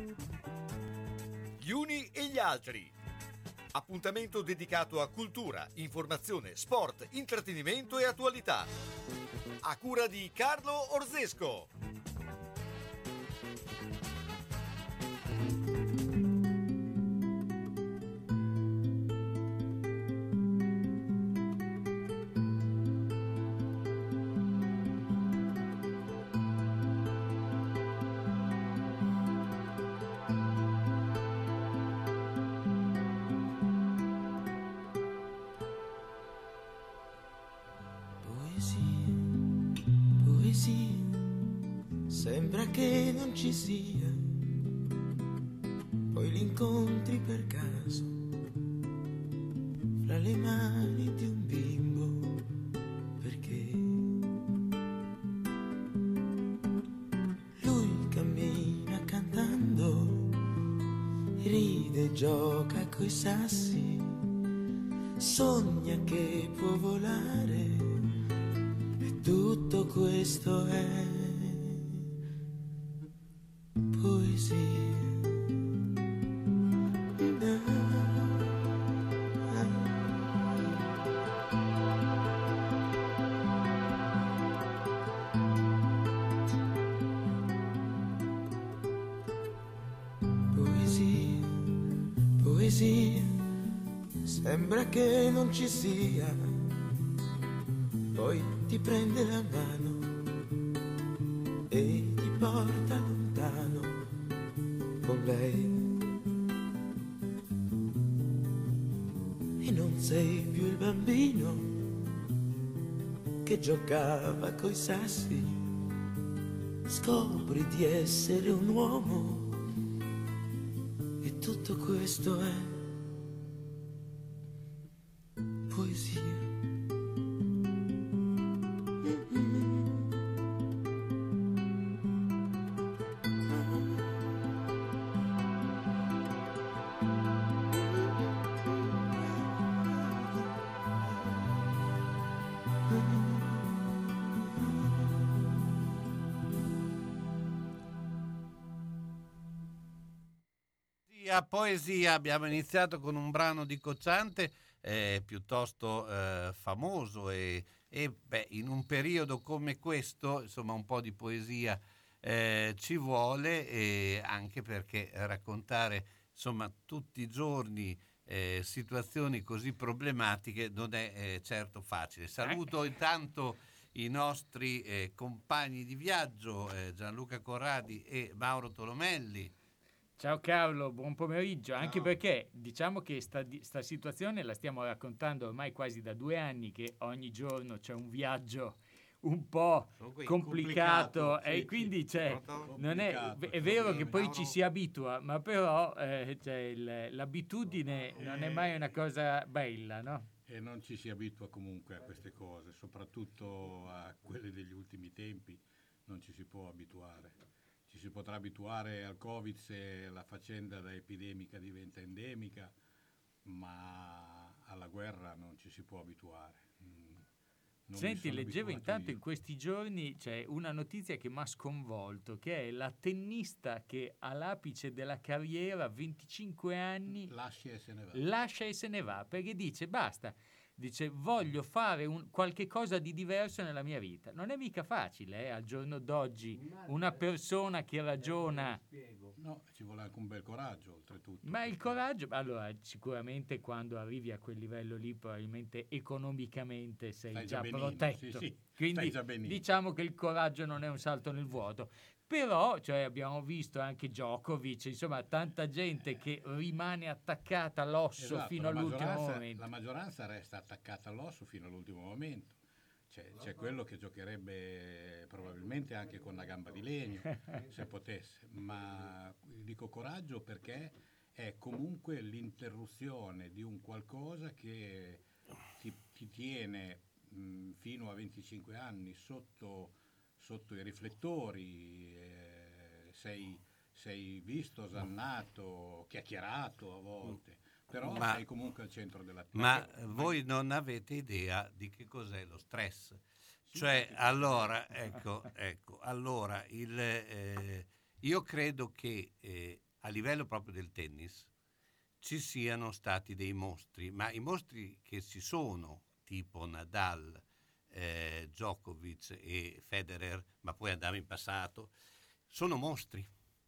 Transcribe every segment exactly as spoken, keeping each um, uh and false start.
Gli uni e gli altri. Appuntamento dedicato a cultura, informazione, sport, intrattenimento e attualità. A cura di Carlo Orzesco. Sembra che non ci sia, poi l'incontri per caso fra le mani di un bimbo, perché lui cammina cantando, ride e gioca coi sassi, sogna che può volare e tutto questo è poesia. Poesia, poesia, sembra che non ci sia, poi ti prende la mano e ti porta lontano con lei, e non sei più il bambino che giocava coi sassi, scopri di essere un uomo e tutto questo è poesia. Poesia, abbiamo iniziato con un brano di Cocciante eh, piuttosto eh, famoso e, e beh, in un periodo come questo insomma un po' di poesia eh, ci vuole, e anche perché raccontare insomma tutti i giorni eh, situazioni così problematiche non è eh, certo facile. Saluto intanto i nostri eh, compagni di viaggio eh, Gianluca Corradi e Mauro Tolomelli. Ciao Carlo, buon pomeriggio. Ciao. Anche perché diciamo che sta, sta situazione la stiamo raccontando ormai quasi da due anni, che ogni giorno c'è un viaggio un po' complicato, complicato e sì, quindi sì, c'è, non è, è vero che poi ci si abitua, ma però eh, cioè, il, l'abitudine non è mai una cosa bella, no? E non ci si abitua comunque a queste cose, soprattutto a quelle degli ultimi tempi, non ci si può abituare. Ci si potrà abituare al Covid se la faccenda da epidemica diventa endemica, ma alla guerra non ci si può abituare. Non Senti, leggevo intanto io. In questi giorni c'è una notizia che mi ha sconvolto, che è la tennista che all'apice della carriera, venticinque anni, lascia e se ne va, lascia e se ne va perché dice basta. Dice voglio fare un, qualche cosa di diverso nella mia vita. Non è mica facile, eh, al giorno d'oggi, una persona che ragiona... No, ci vuole anche un bel coraggio, oltretutto. Ma il coraggio, allora, sicuramente quando arrivi a quel livello lì, probabilmente economicamente sei Stai già, già benino, protetto. sì, sì. Quindi già diciamo che il coraggio non è un salto nel vuoto. Però cioè, abbiamo visto anche Djokovic, insomma tanta gente che rimane attaccata all'osso esatto, fino all'ultimo momento. La maggioranza resta attaccata all'osso fino all'ultimo momento. C'è, c'è quello che giocherebbe probabilmente anche con una gamba di legno, se potesse. Ma dico coraggio perché è comunque l'interruzione di un qualcosa che ti, ti tiene mh, fino a venticinque anni sotto... sotto i riflettori, eh, sei, sei visto, osannato, chiacchierato a volte, però ma, sei comunque al centro dell'attenzione. Ma voi non avete idea di che cos'è lo stress? Sì, cioè, allora, ecco, ecco, allora, il, eh, io credo che eh, a livello proprio del tennis ci siano stati dei mostri, ma i mostri che ci sono, tipo Nadal, eh, Djokovic e Federer, ma poi andiamo in passato, sono mostri.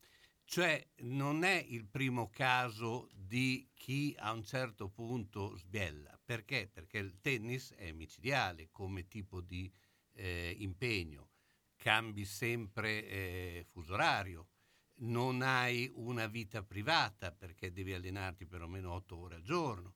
Cioè non è il primo caso di chi a un certo punto sbiella. Perché? Perché il tennis è micidiale come tipo di eh, impegno, cambi sempre eh, fuso orario, non hai una vita privata perché devi allenarti perlomeno otto ore al giorno.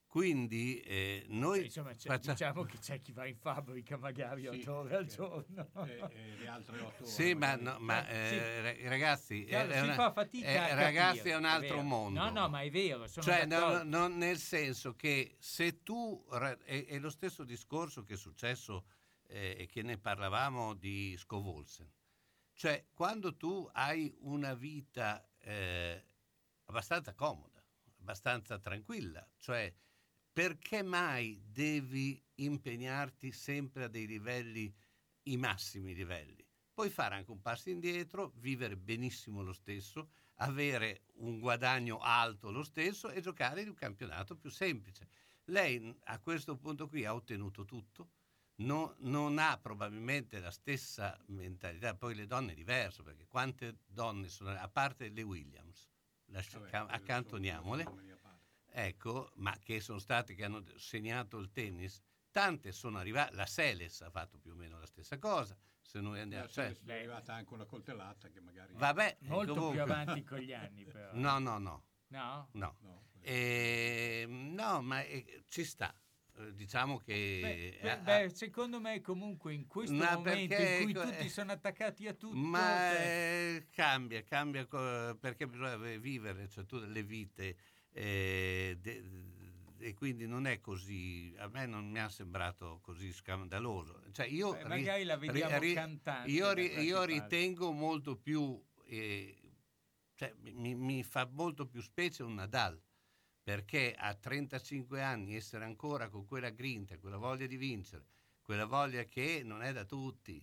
Quindi eh, noi insomma c'è, faccia... diciamo che c'è chi va in fabbrica magari otto sì, ore al giorno e, e le altre otto ore sì ma, no, ma eh, sì. ragazzi Chiaro, è si una, fa fatica è, a ragazzi capire, è un altro è mondo. No, no, ma è vero, sono cioè d'accordo. no, no, nel senso che se tu è, è lo stesso discorso che è successo eh, e che ne parlavamo di Scovolsen. Cioè quando tu hai una vita eh, abbastanza comoda, abbastanza tranquilla, cioè perché mai devi impegnarti sempre a dei livelli, i massimi livelli? Puoi fare anche un passo indietro, vivere benissimo lo stesso, avere un guadagno alto lo stesso e giocare in un campionato più semplice. Lei a questo punto qui ha ottenuto tutto, no, non ha probabilmente la stessa mentalità, poi le donne è diverso, perché quante donne sono, a parte le Williams, lascia, Vabbè, accantoniamole, ecco, ma che sono state, che hanno segnato il tennis, tante sono arrivate, la Seles ha fatto più o meno la stessa cosa, se noi andiamo, cioè, è arrivata anche una coltellata che magari vabbè, molto comunque, più avanti con gli anni però. no no no no no, no, eh, no ma eh, ci sta, eh, diciamo che beh, eh, beh, secondo me comunque in questo ma momento perché, in cui eh, tutti sono attaccati a tutto, ma cioè... eh, cambia cambia perché bisogna vivere, cioè tu le vite eh, de, e quindi non è così, a me non mi ha sembrato così scandaloso, cioè io Beh, magari la vediamo ri, cantante io, ri, io ritengo molto più eh, cioè, mi, mi fa molto più specie un Nadal, perché a trentacinque anni essere ancora con quella grinta, quella voglia di vincere, quella voglia che non è da tutti,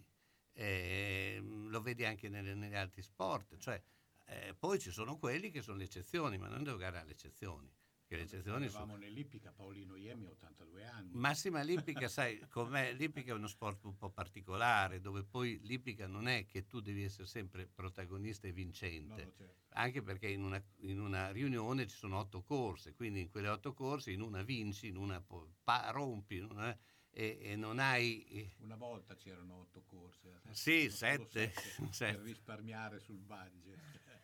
eh, lo vedi anche nelle, negli altri sport, cioè eh, poi ci sono quelli che sono le eccezioni, ma non devo giocare alle eccezioni. Che le eccezioni sono... sono... nell'ippica, Paolino Iemi, ottantadue anni. Massima l'ippica, sai, com'è? L'ippica è uno sport un po' particolare, dove poi l'ippica non è che tu devi essere sempre protagonista e vincente, no, certo. Anche perché in una, in una riunione ci sono otto corse, quindi in quelle otto corse in una vinci, in una pa- rompi, in una, e, e non hai... Una volta c'erano otto corse, sì, sette, sette, sette, per risparmiare sul budget.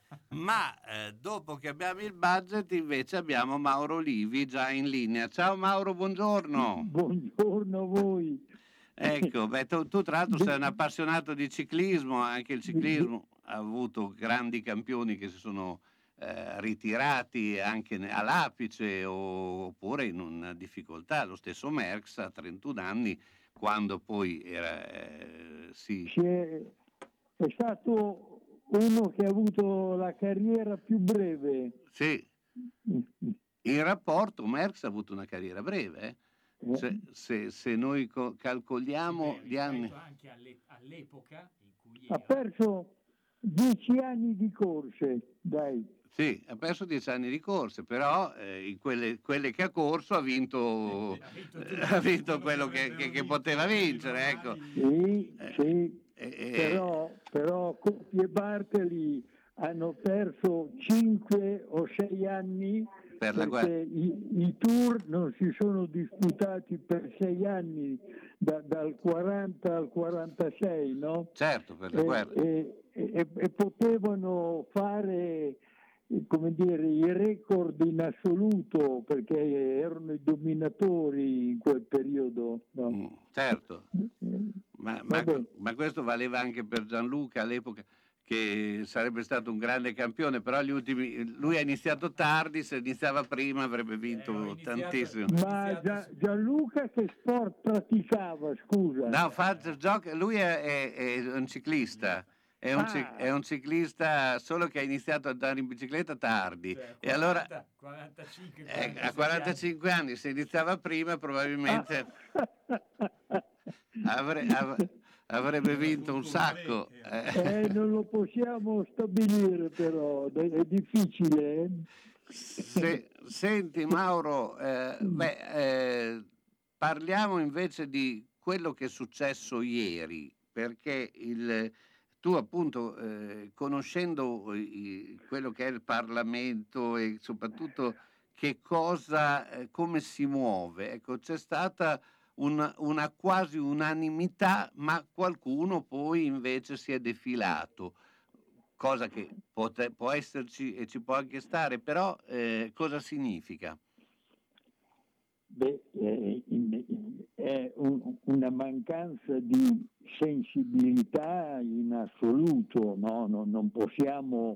Ma eh, dopo che abbiamo il budget invece abbiamo Mauro Livi già in linea. Ciao Mauro, buongiorno. Buongiorno a voi. Ecco, beh, tu, tu tra l'altro sei un appassionato di ciclismo, anche il ciclismo ha avuto grandi campioni che si sono eh, ritirati anche all'apice o, oppure in una difficoltà. Lo stesso Merckx a trentuno anni, quando poi era... Eh, sì. È, è stato... uno che ha avuto la carriera più breve. Sì, in rapporto Merckx ha avuto una carriera breve, eh? se, se, se noi co- calcoliamo sì, gli anni... anche alle, all'epoca in cui ha era... perso dieci anni di corse, dai. Sì, ha perso dieci anni di corse, però eh, in quelle, quelle che ha corso ha vinto, ha vinto, eh, ha vinto quello che, che, che poteva vincere, ecco. Sì, eh, sì. Eh, però, però Coppi e Bartali hanno perso cinque o sei anni per la perché i, i tour non si sono disputati per sei anni, da, dal quaranta al quarantasei, no? Certo, per la e, guerra. E, e, e potevano fare, come dire, i record in assoluto perché erano i dominatori in quel periodo, no? Mm, certo, ma, ma, ma questo valeva anche per Gianluca all'epoca, che sarebbe stato un grande campione, però gli ultimi, lui ha iniziato tardi, se iniziava prima avrebbe vinto eh, iniziato, tantissimo. Ma Gia, Gianluca che sport praticava, scusa? No, fa, gioca, lui è, è, è un ciclista. È un, ah. è un ciclista solo che ha iniziato ad andare in bicicletta tardi, cioè, e allora quarantacinque, eh, a quarantacinque anni, se iniziava prima probabilmente ah. avre, av, avrebbe vinto un sacco. Eh, non lo possiamo stabilire però, è difficile. Eh? Se, senti Mauro, eh, beh, eh, parliamo invece di quello che è successo ieri, perché il, tu appunto eh, conoscendo i, quello che è il Parlamento e soprattutto che cosa, eh, come si muove, ecco, c'è stata una, una quasi unanimità, ma qualcuno poi invece si è defilato. Cosa che pote, può esserci e ci può anche stare, però eh, cosa significa? Beh, eh, è un, una mancanza di sensibilità in assoluto, no? non, non possiamo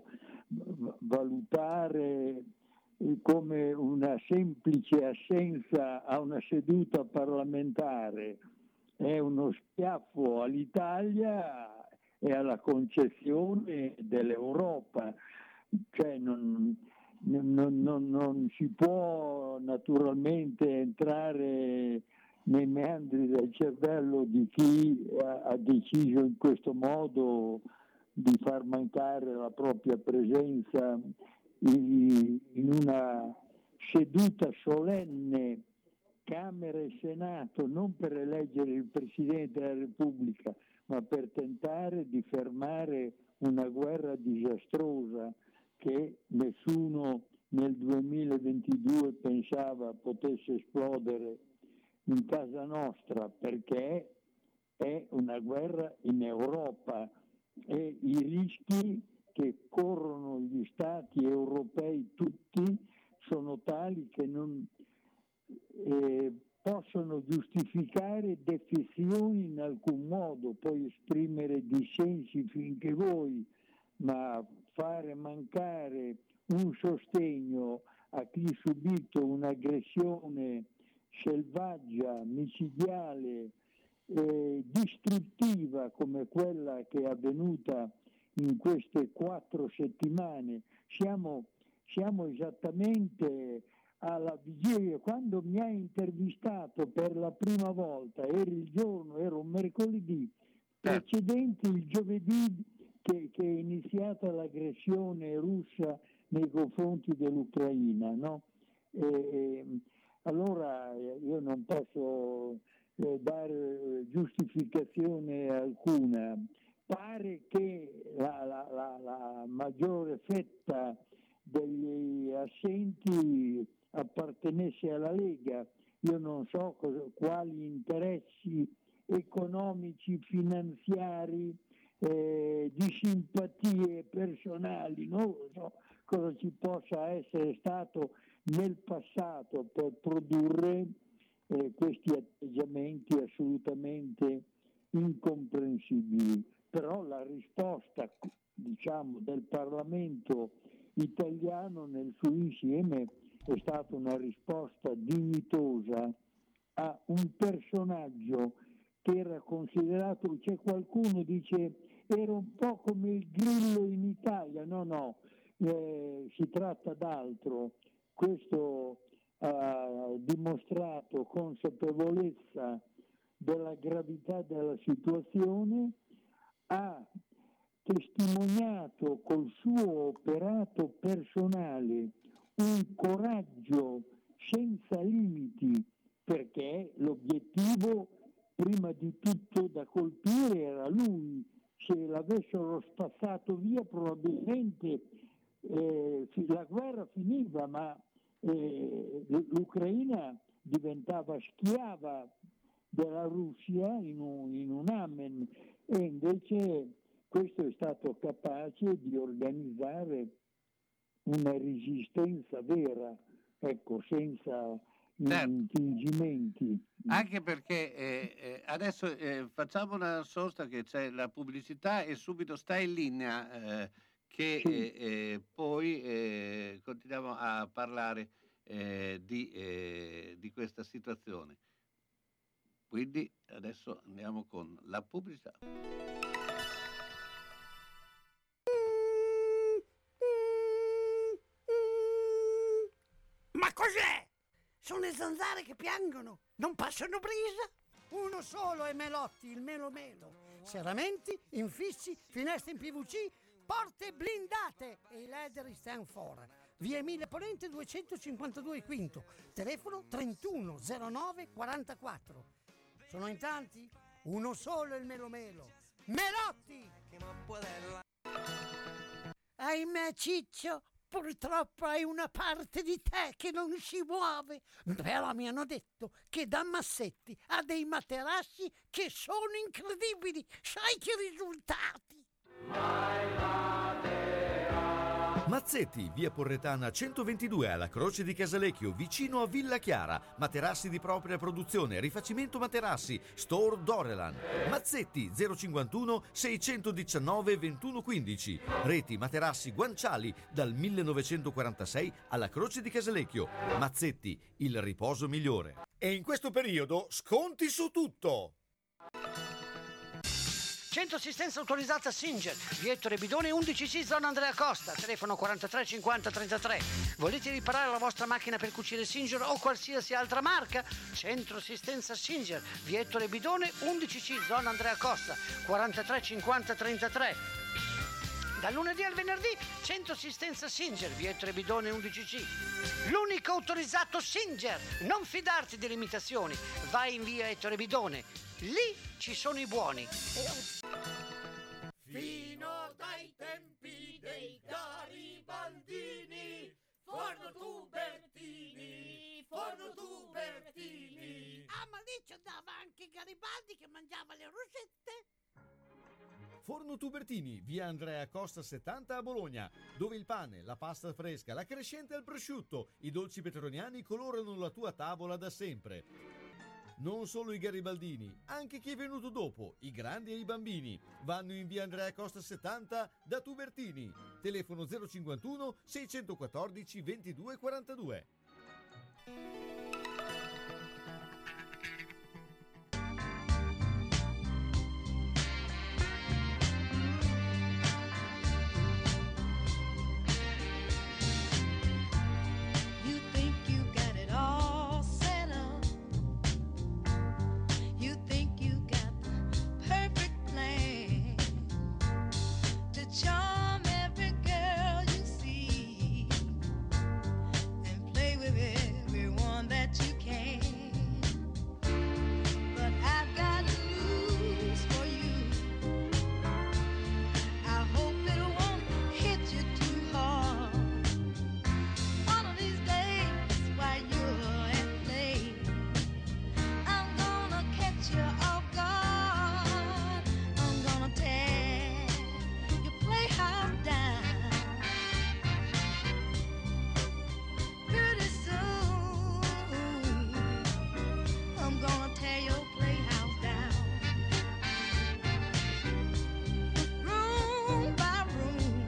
valutare come una semplice assenza a una seduta parlamentare, è uno schiaffo all'Italia e alla concezione dell'Europa, cioè non, non, non, non si può naturalmente entrare nei meandri del cervello di chi ha, ha deciso in questo modo di far mancare la propria presenza in, in una seduta solenne Camera e Senato, non per eleggere il Presidente della Repubblica, ma per tentare di fermare una guerra disastrosa che nessuno nel duemilaventidue pensava potesse esplodere in casa nostra, perché è una guerra in Europa e i rischi che corrono gli stati europei tutti sono tali che non eh, possono giustificare defezioni in alcun modo, puoi esprimere dissensi finché vuoi, ma fare mancare un sostegno a chi ha subito un'aggressione selvaggia, micidiale, eh, distruttiva come quella che è avvenuta in queste quattro settimane. Siamo, siamo esattamente alla vigilia. Quando mi ha intervistato per la prima volta, era il giorno, era un mercoledì precedente il giovedì che, che è iniziata l'aggressione russa nei confronti dell'Ucraina, no? E, e, allora io non posso eh, dare giustificazione alcuna. Pare che la, la, la, la maggiore fetta degli assenti appartenesse alla Lega. Io non so cosa, quali interessi economici, finanziari, eh, di simpatie personali, non so cosa ci possa essere stato nel passato per produrre eh, questi atteggiamenti assolutamente incomprensibili. Però la risposta, diciamo, del Parlamento italiano nel suo insieme è stata una risposta dignitosa a un personaggio che era considerato, c'è qualcuno dice era un po' come il Grillo in Italia, no no, eh, si tratta d'altro. Questo ha dimostrato consapevolezza della gravità della situazione, ha testimoniato col suo operato personale un coraggio senza limiti, perché l'obiettivo prima di tutto da colpire era lui. Se l'avessero spazzato via probabilmente eh, la guerra finiva, ma eh, l'Ucraina diventava schiava della Russia in un, in un amen, e invece questo è stato capace di organizzare una resistenza vera, ecco, senza infingimenti. Anche perché eh, eh, adesso eh, facciamo una sosta che c'è la pubblicità e subito sta in linea eh, che Sì. eh, eh, poi eh, continuiamo a parlare eh, di, eh, di questa situazione. Quindi adesso andiamo con la pubblicità. Ma cos'è? Sono le zanzare che piangono, non passano brisa? Uno solo è Melotti, il Melo Melo. serramenti, infissi, finestre in P V C, porte blindate e i leder stand for. Via Emile Ponente duecentocinquantadue Quinto, telefono trentuno zero nove quarantaquattro. Sono in tanti? Uno solo il Melo Melo. Melotti! Ahimè Ciccio, purtroppo hai una parte di te che non si muove, però mi hanno detto che da Massetti ha dei materassi che sono incredibili. Sai che risultati? Mazzetti, via Porretana centoventidue alla Croce di Casalecchio, vicino a Villa Chiara. Materassi di propria produzione, rifacimento materassi, Store Dorelan. Mazzetti zero cinquantuno seicentodiciannove ventuno quindici. Reti materassi guanciali dal millenovecentoquarantasei alla Croce di Casalecchio. Mazzetti, il riposo migliore. E in questo periodo sconti su tutto. Centro assistenza autorizzata Singer, via Ettore Bidone undici C, zona Andrea Costa, telefono quarantatré cinquanta trentatré. Volete riparare la vostra macchina per cucire Singer o qualsiasi altra marca? Centro assistenza Singer, via Ettore Bidone undici C, zona Andrea Costa, quarantatré cinquanta trentatré. Dal lunedì al venerdì, Centro assistenza Singer, via Ettore Bidone undici C. L'unico autorizzato Singer. Non fidarti delle imitazioni. Vai in via Ettore Bidone. Lì ci sono i buoni. Fino dai tempi dei Garibaldini, Forno Tubertini, Forno Tubertini. Ah, ma lì ci andava anche Garibaldi che mangiava le rosette. Forno Tubertini, via Andrea Costa settanta a Bologna, dove il pane, la pasta fresca, la crescente al prosciutto, i dolci petroniani colorano la tua tavola da sempre. Non solo i garibaldini, anche chi è venuto dopo, i grandi e i bambini, vanno in via Andrea Costa settanta da Tubertini. Telefono zero cinquantuno seicentoquattordici ventidue quarantadue. Charm every girl you see and play with everyone that you can. But I've got news for you. I hope it won't hit you too hard. One of these days while you're at play, I'm gonna catch you off guard. I'm gonna tear your playhouse down. Pretty soon, I'm gonna tear your playhouse down. Room by room.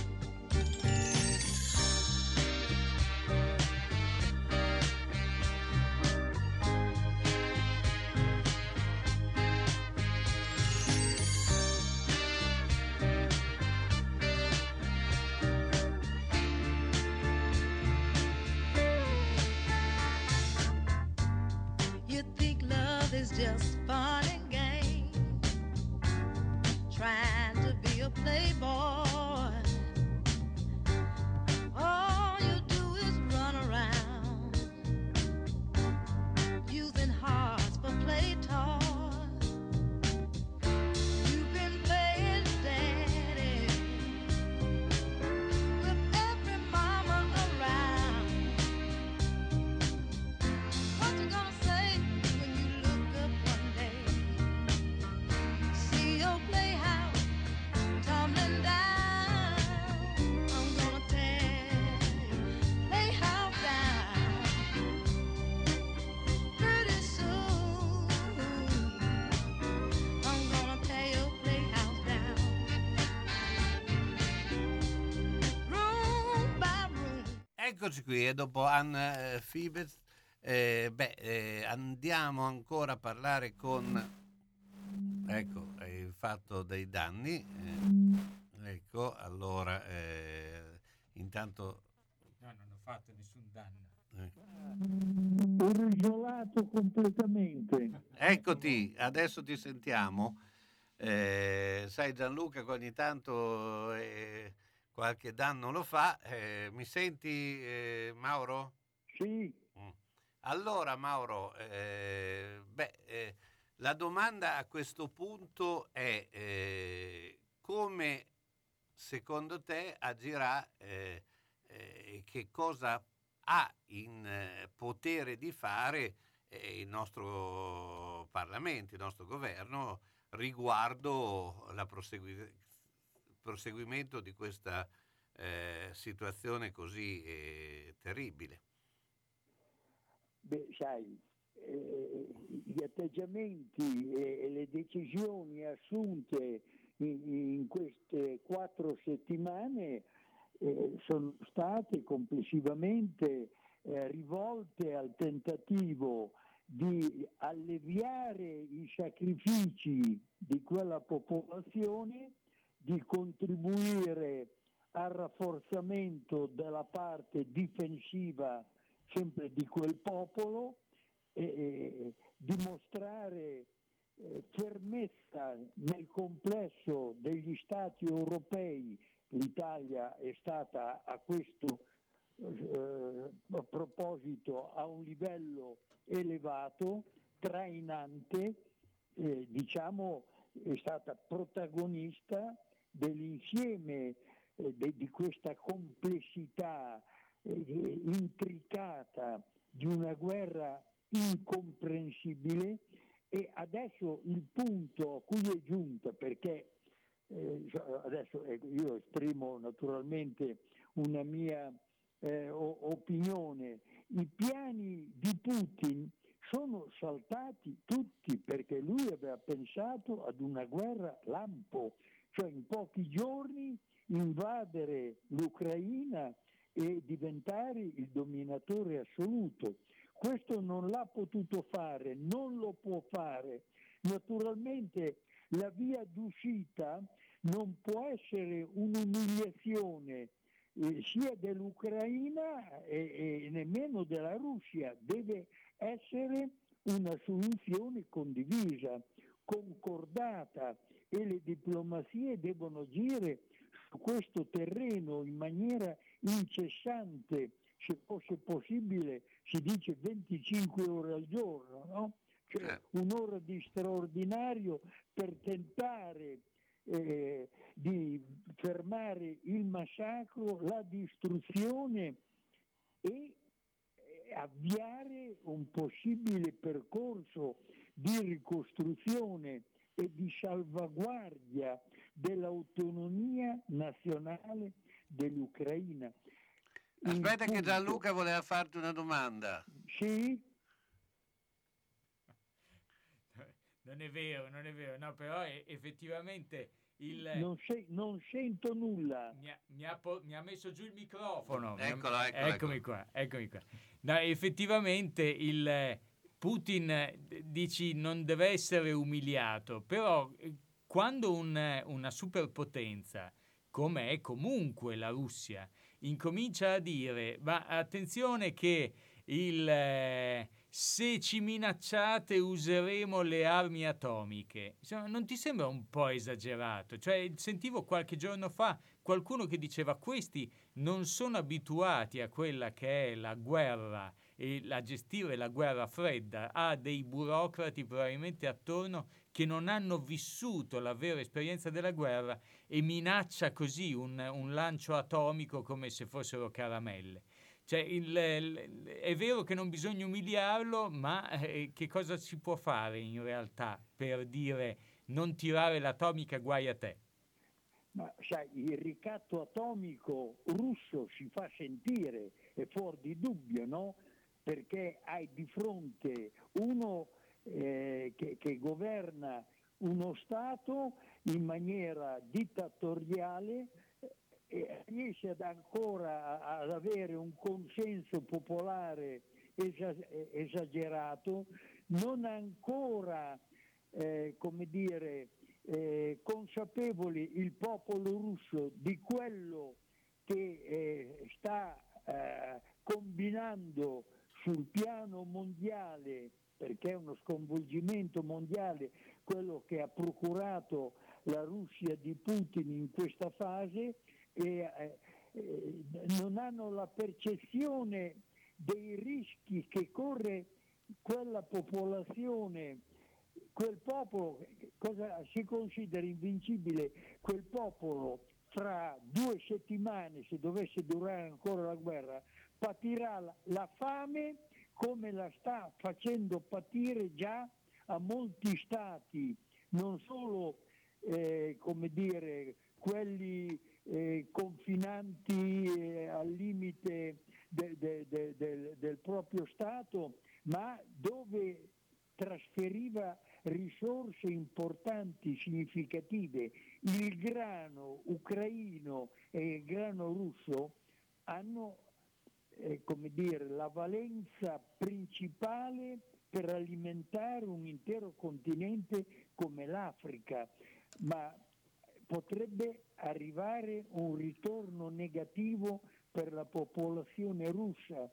You think love is just fun and game, trying to be a playboy. All you do is run around, using hearts for play toys. You've been playing daddy with every mama around. What you gonna say when you look up one day, see your playhouse tumbling down? I'm gonna tear your playhouse down. Pretty soon, I'm gonna tear your playhouse down. Room by room. Eccoci qui, e dopo Anna eh, Fibes, eh, beh, eh, andiamo ancora a parlare con, ecco, eh, il fatto dei danni. eh, ecco, allora, eh, intanto, No, non ho fatto nessun danno. eh, Ero isolato completamente. eccoti, adesso ti sentiamo. Eh, sai Gianluca che ogni tanto eh, qualche danno lo fa. Eh, mi senti eh, Mauro? Sì. Mm. Allora Mauro, eh, beh, eh, la domanda a questo punto è eh, come secondo te agirà eh, eh, che cosa ha in eh, potere di fare eh, il nostro Parlamento, il nostro governo riguardo la prosegui- proseguimento di questa eh, situazione così eh, terribile. Beh, sai, eh, gli atteggiamenti e, e le decisioni assunte in, in queste quattro settimane eh, sono state complessivamente eh, rivolte al tentativo di alleviare i sacrifici di quella popolazione, di contribuire al rafforzamento della parte difensiva sempre di quel popolo e, e dimostrare eh, fermezza nel complesso degli stati europei. L'Italia è stata a questo eh, a proposito a un livello elevato, trainante, eh, diciamo è stata protagonista dell'insieme eh, de, di questa complessità eh, intricata di una guerra incomprensibile. E adesso il punto a cui è giunta, perché eh, adesso ecco, io esprimo naturalmente una mia eh, opinione, i piani di Putin sono saltati tutti perché lui aveva pensato ad una guerra lampo, cioè in pochi giorni invadere l'Ucraina e diventare il dominatore assoluto. Questo non l'ha potuto fare, non lo può fare. Naturalmente la via d'uscita non può essere un'umiliazione eh, sia dell'Ucraina e, e nemmeno della Russia, deve essere una soluzione condivisa, concordata, e le diplomazie devono agire su questo terreno in maniera incessante, se fosse possibile si dice venticinque ore al giorno, no? Cioè un'ora di straordinario per tentare eh, di fermare il massacro, la distruzione e eh, avviare un possibile percorso di ricostruzione e di salvaguardia dell'autonomia nazionale dell'Ucraina. Aspetta che Gianluca voleva farti una domanda. Sì? Non è vero, non è vero, no, però è, effettivamente il... Non, se, non sento nulla. Mi ha, mi, ha po- mi ha messo giù il microfono. Eccolo, eccolo, eccomi eccolo. qua, eccomi qua. No, effettivamente il Putin, dici, non deve essere umiliato, però quando un, una superpotenza, come è comunque la Russia, incomincia a dire, ma attenzione che il, eh, se ci minacciate useremo le armi atomiche, insomma, non ti sembra un po' esagerato? Cioè, sentivo qualche giorno fa qualcuno che diceva questi non sono abituati a quella che è la guerra e a gestire la guerra fredda, ha dei burocrati probabilmente attorno che non hanno vissuto la vera esperienza della guerra e minaccia così un, un lancio atomico come se fossero caramelle. Cioè, il, il, è vero che non bisogna umiliarlo, ma eh, che cosa si può fare in realtà per dire non tirare l'atomica, guai a te? Ma sai, il ricatto atomico russo si fa sentire, è fuori di dubbio, no? Perché hai di fronte uno eh, che, che governa uno Stato in maniera dittatoriale e riesce ad ancora ad avere un consenso popolare esagerato, non ancora, eh, come dire, eh, consapevoli il popolo russo di quello che eh, sta eh, combinando sul piano mondiale, perché è uno sconvolgimento mondiale quello che ha procurato la Russia di Putin in questa fase, e eh, eh, non hanno la percezione dei rischi che corre quella popolazione, quel popolo. Cosa si considera invincibile? Quel popolo fra due settimane, se dovesse durare ancora la guerra, patirà la, la fame come la sta facendo patire già a molti stati, non solo eh, come dire, quelli eh, confinanti eh, al limite de, de, de, de, del proprio Stato, ma dove trasferiva risorse importanti, significative. Il grano ucraino e il grano russo hanno eh, come dire, la valenza principale per alimentare un intero continente come l'Africa, ma potrebbe arrivare un ritorno negativo per la popolazione russa,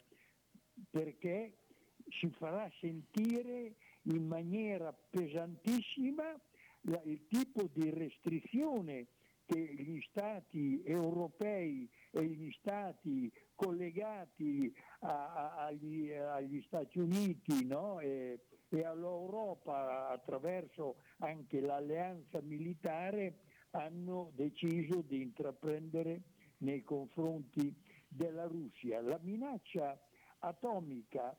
perché si farà sentire in maniera pesantissima la, il tipo di restrizione che gli stati europei e gli stati collegati a, a, agli, agli Stati Uniti, no? e, e all'Europa attraverso anche l'alleanza militare hanno deciso di intraprendere nei confronti della Russia. La minaccia atomica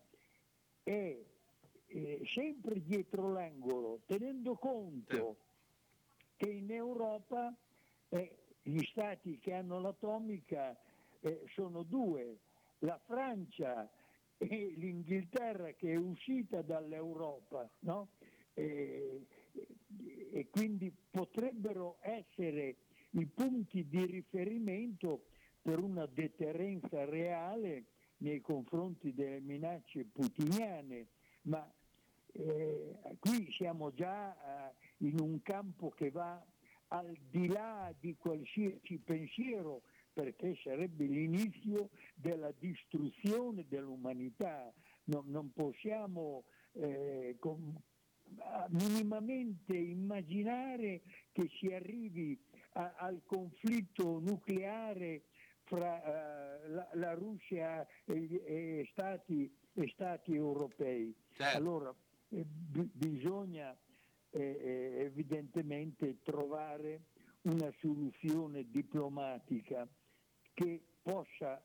è eh, sempre dietro l'angolo, tenendo conto che in Europa eh, gli stati che hanno l'atomica eh, sono due, la Francia e l'Inghilterra, che è uscita dall'Europa, no? E, e quindi potrebbero essere i punti di riferimento per una deterrenza reale nei confronti delle minacce putiniane, ma eh, qui siamo già eh, in un campo che va al di là di qualsiasi pensiero, perché sarebbe l'inizio della distruzione dell'umanità. No, non possiamo eh, com- minimamente immaginare che si arrivi a- al conflitto nucleare fra uh, la, la Russia e, e, stati, e stati europei. Certo. Allora eh, b- bisogna eh, evidentemente trovare una soluzione diplomatica che possa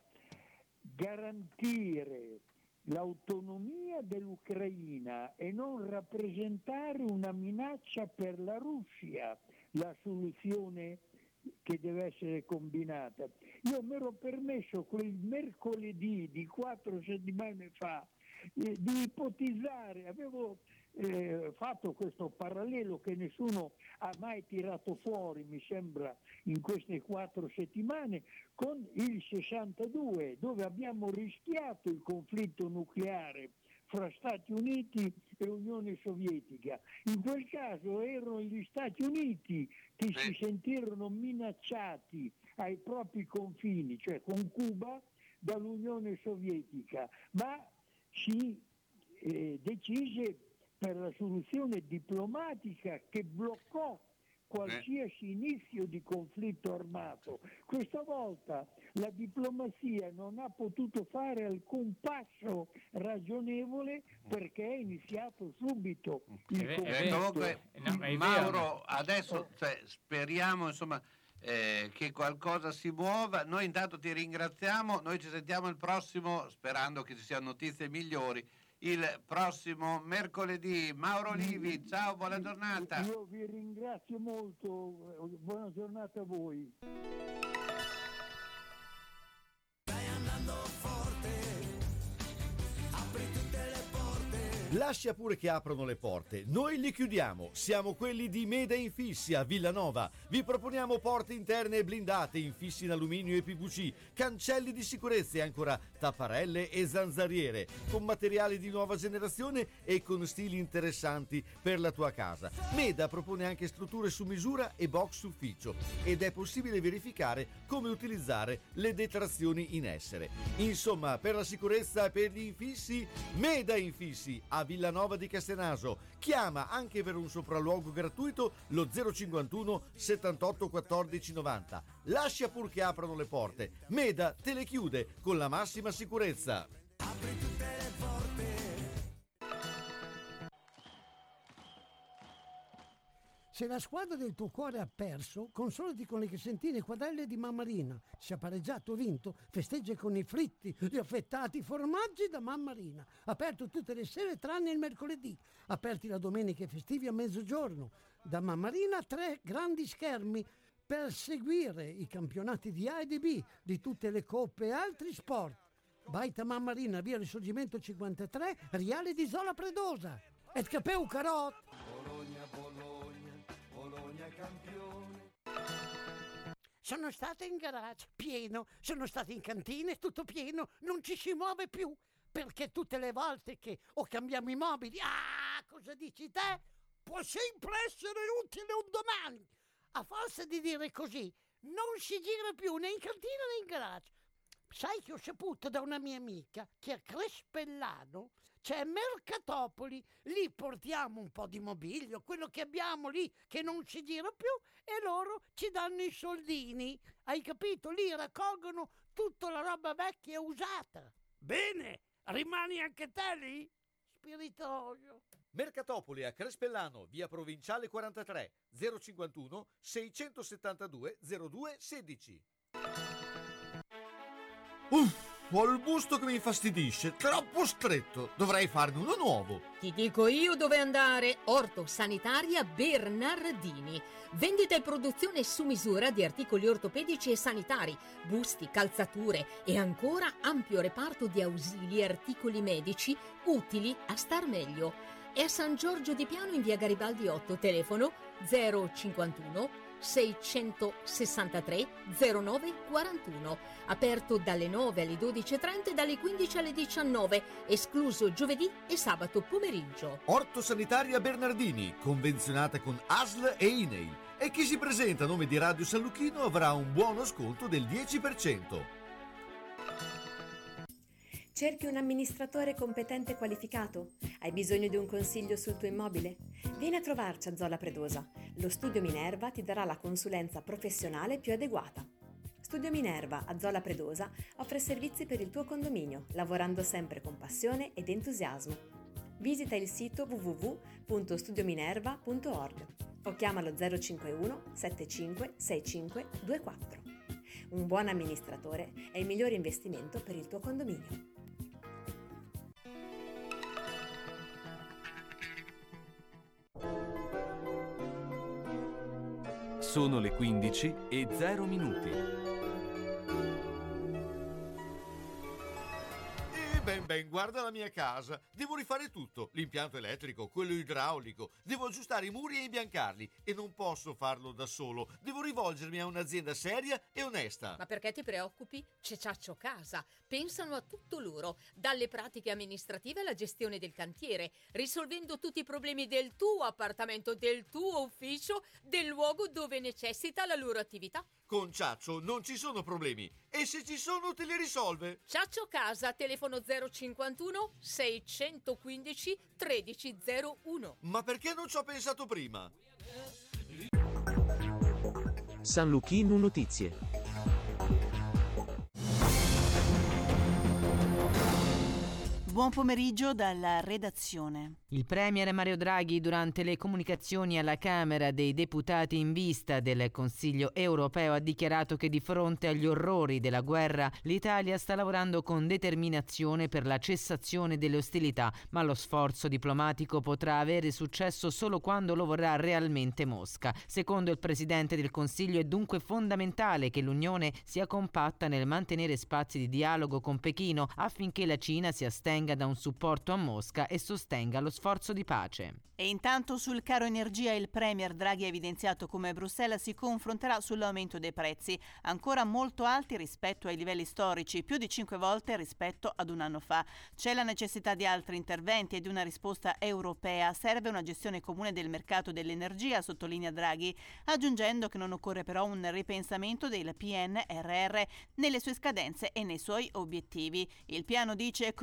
garantire l'autonomia dell'Ucraina e non rappresentare una minaccia per la Russia, la soluzione che deve essere combinata. Io mi ero permesso quel mercoledì di quattro settimane fa eh, di ipotizzare, avevo eh, fatto questo parallelo che nessuno ha mai tirato fuori, mi sembra, in queste quattro settimane, con il sessantadue, dove abbiamo rischiato il conflitto nucleare fra Stati Uniti e Unione Sovietica. In quel caso erano gli Stati Uniti che si sentirono minacciati ai propri confini, cioè con Cuba, dall'Unione Sovietica, ma si eh, decise per la soluzione diplomatica che bloccò qualsiasi inizio di conflitto armato. Questa volta la diplomazia non ha potuto fare alcun passo ragionevole perché è iniziato subito il Eh, conflitto. comunque, No, ma è Mauro, vero. adesso cioè, speriamo insomma eh, che qualcosa si muova. Noi intanto ti ringraziamo, noi ci sentiamo il prossimo, sperando che ci siano notizie migliori, il prossimo mercoledì. Mauro Olivi, ciao, buona giornata. Io vi ringrazio molto, buona giornata a voi. Lascia pure che aprono le porte, noi li chiudiamo. Siamo quelli di Meda Infissi a Villanova. Vi proponiamo porte interne e blindate, infissi in alluminio e P V C, cancelli di sicurezza e ancora tapparelle e zanzariere, con materiali di nuova generazione e con stili interessanti per la tua casa. Meda propone anche strutture su misura e box ufficio ed è possibile verificare come utilizzare le detrazioni in essere. Insomma, per la sicurezza e per gli infissi, Meda Infissi a a Villanova di Castenaso. Chiama anche per un sopralluogo gratuito lo zero cinquantuno settantotto quattordici novanta. Lascia pur che aprano le porte. Meda te le chiude con la massima sicurezza. Apri tutte le porte. Se la squadra del tuo cuore ha perso, consolati con le crescentine quadrelle di Mammarina. Se ha pareggiato o vinto, festeggia con i fritti, gli affettati formaggi da Mammarina. Aperto tutte le sere tranne il mercoledì. Aperti la domenica e festivi a mezzogiorno. Da Mammarina tre grandi schermi per seguire i campionati di A e di B, di tutte le coppe e altri sport. Baita Mammarina, via Risorgimento cinquantatré, Riale di Zola Predosa. Et capeu carot! Bologna, Bologna, Bologna campione. Sono stata in garage, pieno. Sono stata in cantina, tutto pieno. Non ci si muove più. Perché tutte le volte che o cambiamo i mobili, ah, cosa dici te? Può sempre essere utile un domani. A forza di dire così, non si gira più né in cantina né in garage. Sai che ho saputo da una mia amica che a Crespellano c'è Mercatopoli, lì portiamo un po' di mobilio, quello che abbiamo lì che non si gira più, e loro ci danno i soldini. Hai capito? Lì raccolgono tutta la roba vecchia e usata. Bene, rimani anche te lì? Spiritoso. Mercatopoli a Crespellano, via Provinciale quarantatré, zero cinquantuno seicentosettantadue zero due sedici. Uff! Ho il busto che mi infastidisce, troppo stretto, dovrei farne uno nuovo. Ti dico io dove andare. Orto Sanitaria Bernardini. Vendita e produzione su misura di articoli ortopedici e sanitari, busti, calzature e ancora ampio reparto di ausili e articoli medici utili a star meglio. È a San Giorgio di Piano in via Garibaldi otto, telefono zero cinquantuno seicentosessantatré zero nove quarantuno, aperto dalle nove alle dodici e trenta e dalle quindici alle diciannove, escluso giovedì e sabato pomeriggio. Orto Sanitaria Bernardini, convenzionata con A S L e I N E I, e chi si presenta a nome di Radio San Luchino avrà un buono sconto del dieci per cento. Cerchi un amministratore competente e qualificato? Hai bisogno di un consiglio sul tuo immobile? Vieni a trovarci a Zola Predosa. Lo Studio Minerva ti darà la consulenza professionale più adeguata. Studio Minerva a Zola Predosa offre servizi per il tuo condominio, lavorando sempre con passione ed entusiasmo. Visita il sito w w w punto studio minerva punto org o chiamalo zero cinquantuno settantacinque sessantacinque ventiquattro. Un buon amministratore è il migliore investimento per il tuo condominio. Sono le quindici e zero minuti. Ben ben, guarda la mia casa. Devo rifare tutto, l'impianto elettrico, quello idraulico. Devo aggiustare i muri e imbiancarli. E non posso farlo da solo. Devo rivolgermi a un'azienda seria e onesta. Ma perché ti preoccupi? C'è Ciaccio Casa. Pensano a tutto loro, dalle pratiche amministrative alla gestione del cantiere, risolvendo tutti i problemi del tuo appartamento, del tuo ufficio, del luogo dove necessita la loro attività. Con Ciaccio non ci sono problemi, e se ci sono te li risolve. Ciaccio Casa, telefono zero cinquantuno seicentoquindici tredici zero uno. Ma perché non ci ho pensato prima? San Luchino Notizie. Buon pomeriggio dalla redazione. Il premier Mario Draghi, durante le comunicazioni alla Camera dei Deputati in vista del Consiglio europeo, ha dichiarato che di fronte agli orrori della guerra l'Italia sta lavorando con determinazione per la cessazione delle ostilità, ma lo sforzo diplomatico potrà avere successo solo quando lo vorrà realmente Mosca. Secondo il Presidente del Consiglio è dunque fondamentale che l'Unione sia compatta nel mantenere spazi di dialogo con Pechino affinché la Cina si astenga da un supporto a Mosca e sostenga lo sforzo di pace. E intanto sul caro energia il premier Draghi ha evidenziato come Bruxelles si confronterà sull'aumento dei prezzi, ancora molto alti rispetto ai livelli storici, più di cinque volte rispetto ad un anno fa. C'è la necessità di altri interventi e di una risposta europea. Serve una gestione comune del mercato dell'energia, sottolinea Draghi, aggiungendo che non occorre però un ripensamento del P N R R nelle sue scadenze e nei suoi obiettivi. Il piano, dice, è cruciale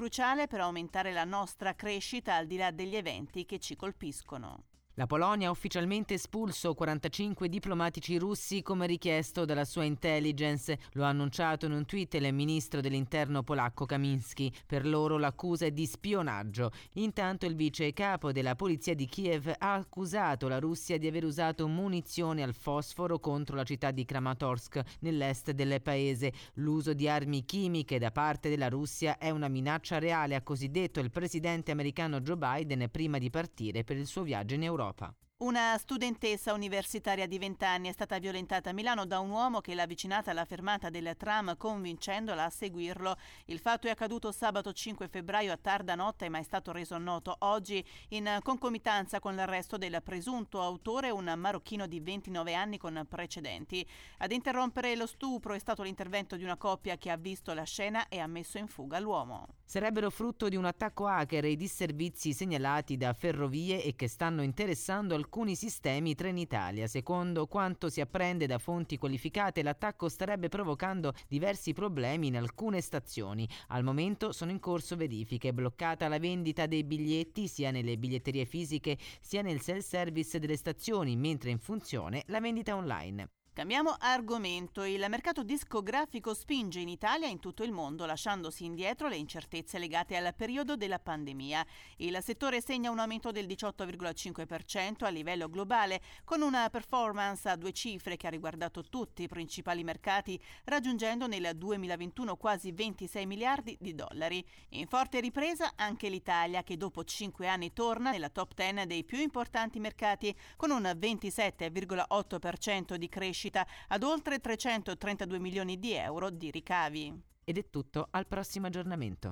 per aumentare la nostra crescita al di là degli eventi che ci colpiscono. La Polonia ha ufficialmente espulso quarantacinque diplomatici russi come richiesto dalla sua intelligence. Lo ha annunciato in un tweet il ministro dell'interno polacco Kamiński. Per loro l'accusa è di spionaggio. Intanto il vice capo della polizia di Kiev ha accusato la Russia di aver usato munizioni al fosforo contro la città di Kramatorsk nell'est del paese. L'uso di armi chimiche da parte della Russia è una minaccia reale, ha così detto il presidente americano Joe Biden prima di partire per il suo viaggio in Europa. Una studentessa universitaria di venti anni è stata violentata a Milano da un uomo che l'ha avvicinata alla fermata del tram convincendola a seguirlo. Il fatto è accaduto sabato cinque febbraio a tarda notte, ma è stato reso noto oggi in concomitanza con l'arresto del presunto autore, un marocchino di ventinove anni con precedenti. Ad interrompere lo stupro è stato l'intervento di una coppia che ha visto la scena e ha messo in fuga l'uomo. Sarebbero frutto di un attacco hacker i disservizi segnalati da Ferrovie e che stanno interessando alcuni sistemi Trenitalia. Secondo quanto si apprende da fonti qualificate, l'attacco starebbe provocando diversi problemi in alcune stazioni. Al momento sono in corso verifiche, bloccata la vendita dei biglietti sia nelle biglietterie fisiche sia nel self-service delle stazioni, mentre in funzione la vendita online. Cambiamo argomento. Il mercato discografico spinge in Italia e in tutto il mondo, lasciandosi indietro le incertezze legate al periodo della pandemia. Il settore segna un aumento del diciotto virgola cinque per cento a livello globale, con una performance a due cifre che ha riguardato tutti i principali mercati, raggiungendo nel duemilaventuno quasi ventisei miliardi di dollari. In forte ripresa anche l'Italia, che dopo cinque anni torna nella top dieci dei più importanti mercati, con un ventisette virgola otto per cento di crescita ad oltre trecentotrentadue milioni di euro di ricavi. Ed è tutto, al prossimo aggiornamento.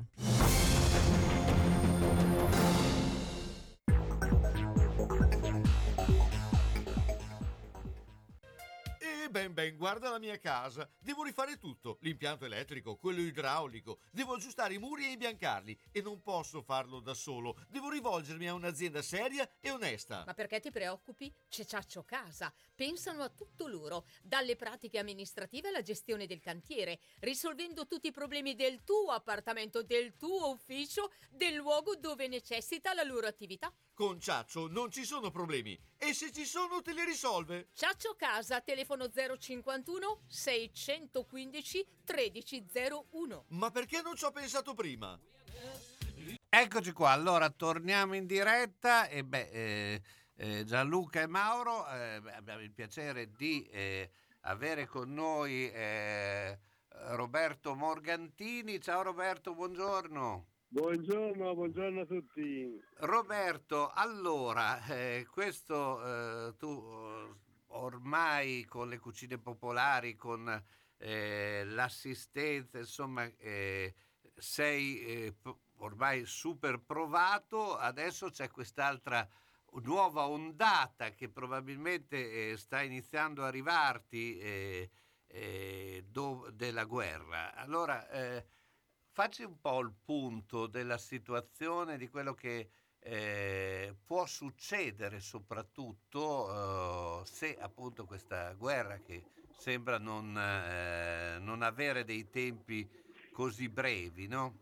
Ben ben, guarda la mia casa. Devo rifare tutto, l'impianto elettrico, quello idraulico. Devo aggiustare i muri e imbiancarli e non posso farlo da solo. Devo rivolgermi a un'azienda seria e onesta. Ma perché ti preoccupi? C'è Ciaccio Casa. Pensano a tutto loro, dalle pratiche amministrative alla gestione del cantiere, risolvendo tutti i problemi del tuo appartamento, del tuo ufficio, del luogo dove necessita la loro attività. Con Ciaccio non ci sono problemi e se ci sono te li risolve. Ciaccio Casa, telefono zero cinquantuno seicentoquindici tredici zero uno. Ma perché non ci ho pensato prima? Eccoci qua, allora torniamo in diretta e beh, eh, eh, Gianluca e Mauro, eh, abbiamo il piacere di eh, avere con noi eh, Roberto Morgantini. Ciao Roberto, buongiorno. Buongiorno, buongiorno a tutti. Roberto, allora, eh, questo eh, tu ormai con le cucine popolari, con eh, l'assistenza, insomma, eh, sei eh, ormai super provato, adesso c'è quest'altra nuova ondata che probabilmente eh, sta iniziando a arrivarti eh, eh, do, della guerra. Allora, eh, facci un po' il punto della situazione, di quello che eh, può succedere, soprattutto eh, se appunto questa guerra, che sembra non, eh, non avere dei tempi così brevi, no?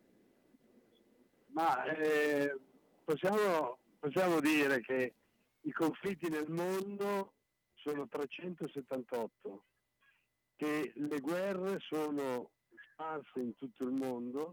Ma eh, possiamo, possiamo dire che i conflitti nel mondo sono trecentosettantotto, che le guerre sono sparse in tutto il mondo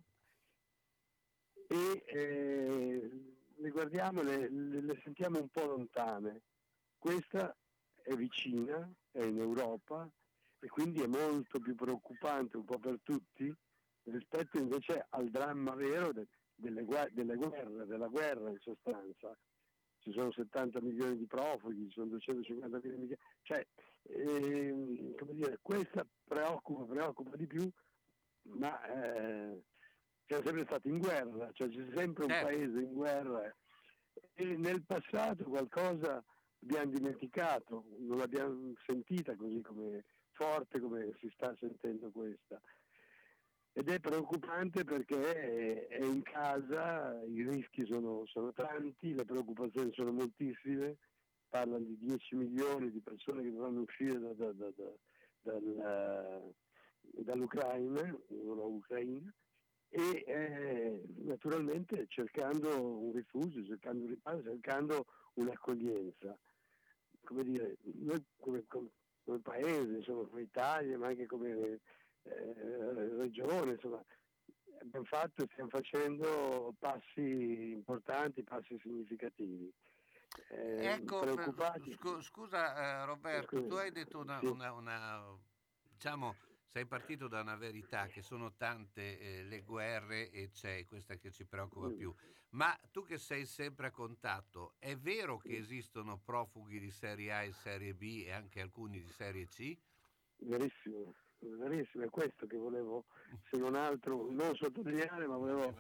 e eh, le guardiamo, le, le, le sentiamo un po' lontane. Questa è vicina, è in Europa e quindi è molto più preoccupante un po' per tutti rispetto invece al dramma vero de, delle, delle guerre, della guerra in sostanza. Ci sono settanta milioni di profughi, ci sono duecentocinquanta milioni, cioè eh, come dire, questa preoccupa, preoccupa di più, ma eh, siamo sempre stati in guerra, cioè c'è sempre un eh. paese in guerra e nel passato qualcosa abbiamo dimenticato, non l'abbiamo sentita così come forte come si sta sentendo questa. Ed è preoccupante perché è in casa, i rischi sono, sono tanti, le preoccupazioni sono moltissime, parlano di dieci milioni di persone che dovranno uscire da, da, da, da, dal, dall'Ucraina, non Ucraina, e eh, naturalmente cercando un rifugio, cercando un riparo, cercando un'accoglienza. Come dire, noi come, come, come paese, insomma, come Italia, ma anche come eh, regione, insomma, abbiamo fatto e stiamo facendo passi importanti, passi significativi. Eh, Ecco, preoccupati. scu- scusa eh, Roberto, Scusi. tu hai detto una, Sì. una- una- diciamo, sei partito da una verità che sono tante eh, le guerre e c'è questa che ci preoccupa Mm. più, ma tu che sei sempre a contatto, è vero che esistono profughi di serie A e serie B e anche alcuni di serie C? Verissimo, verissimo, è questo che volevo, se non altro, non sottolineare, ma volevo...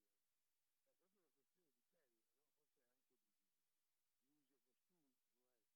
È proprio una questione di pelle, no? Forse anche di, di usi e costumi, può essere.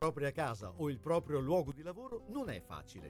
La propria casa o il proprio luogo di lavoro non è facile.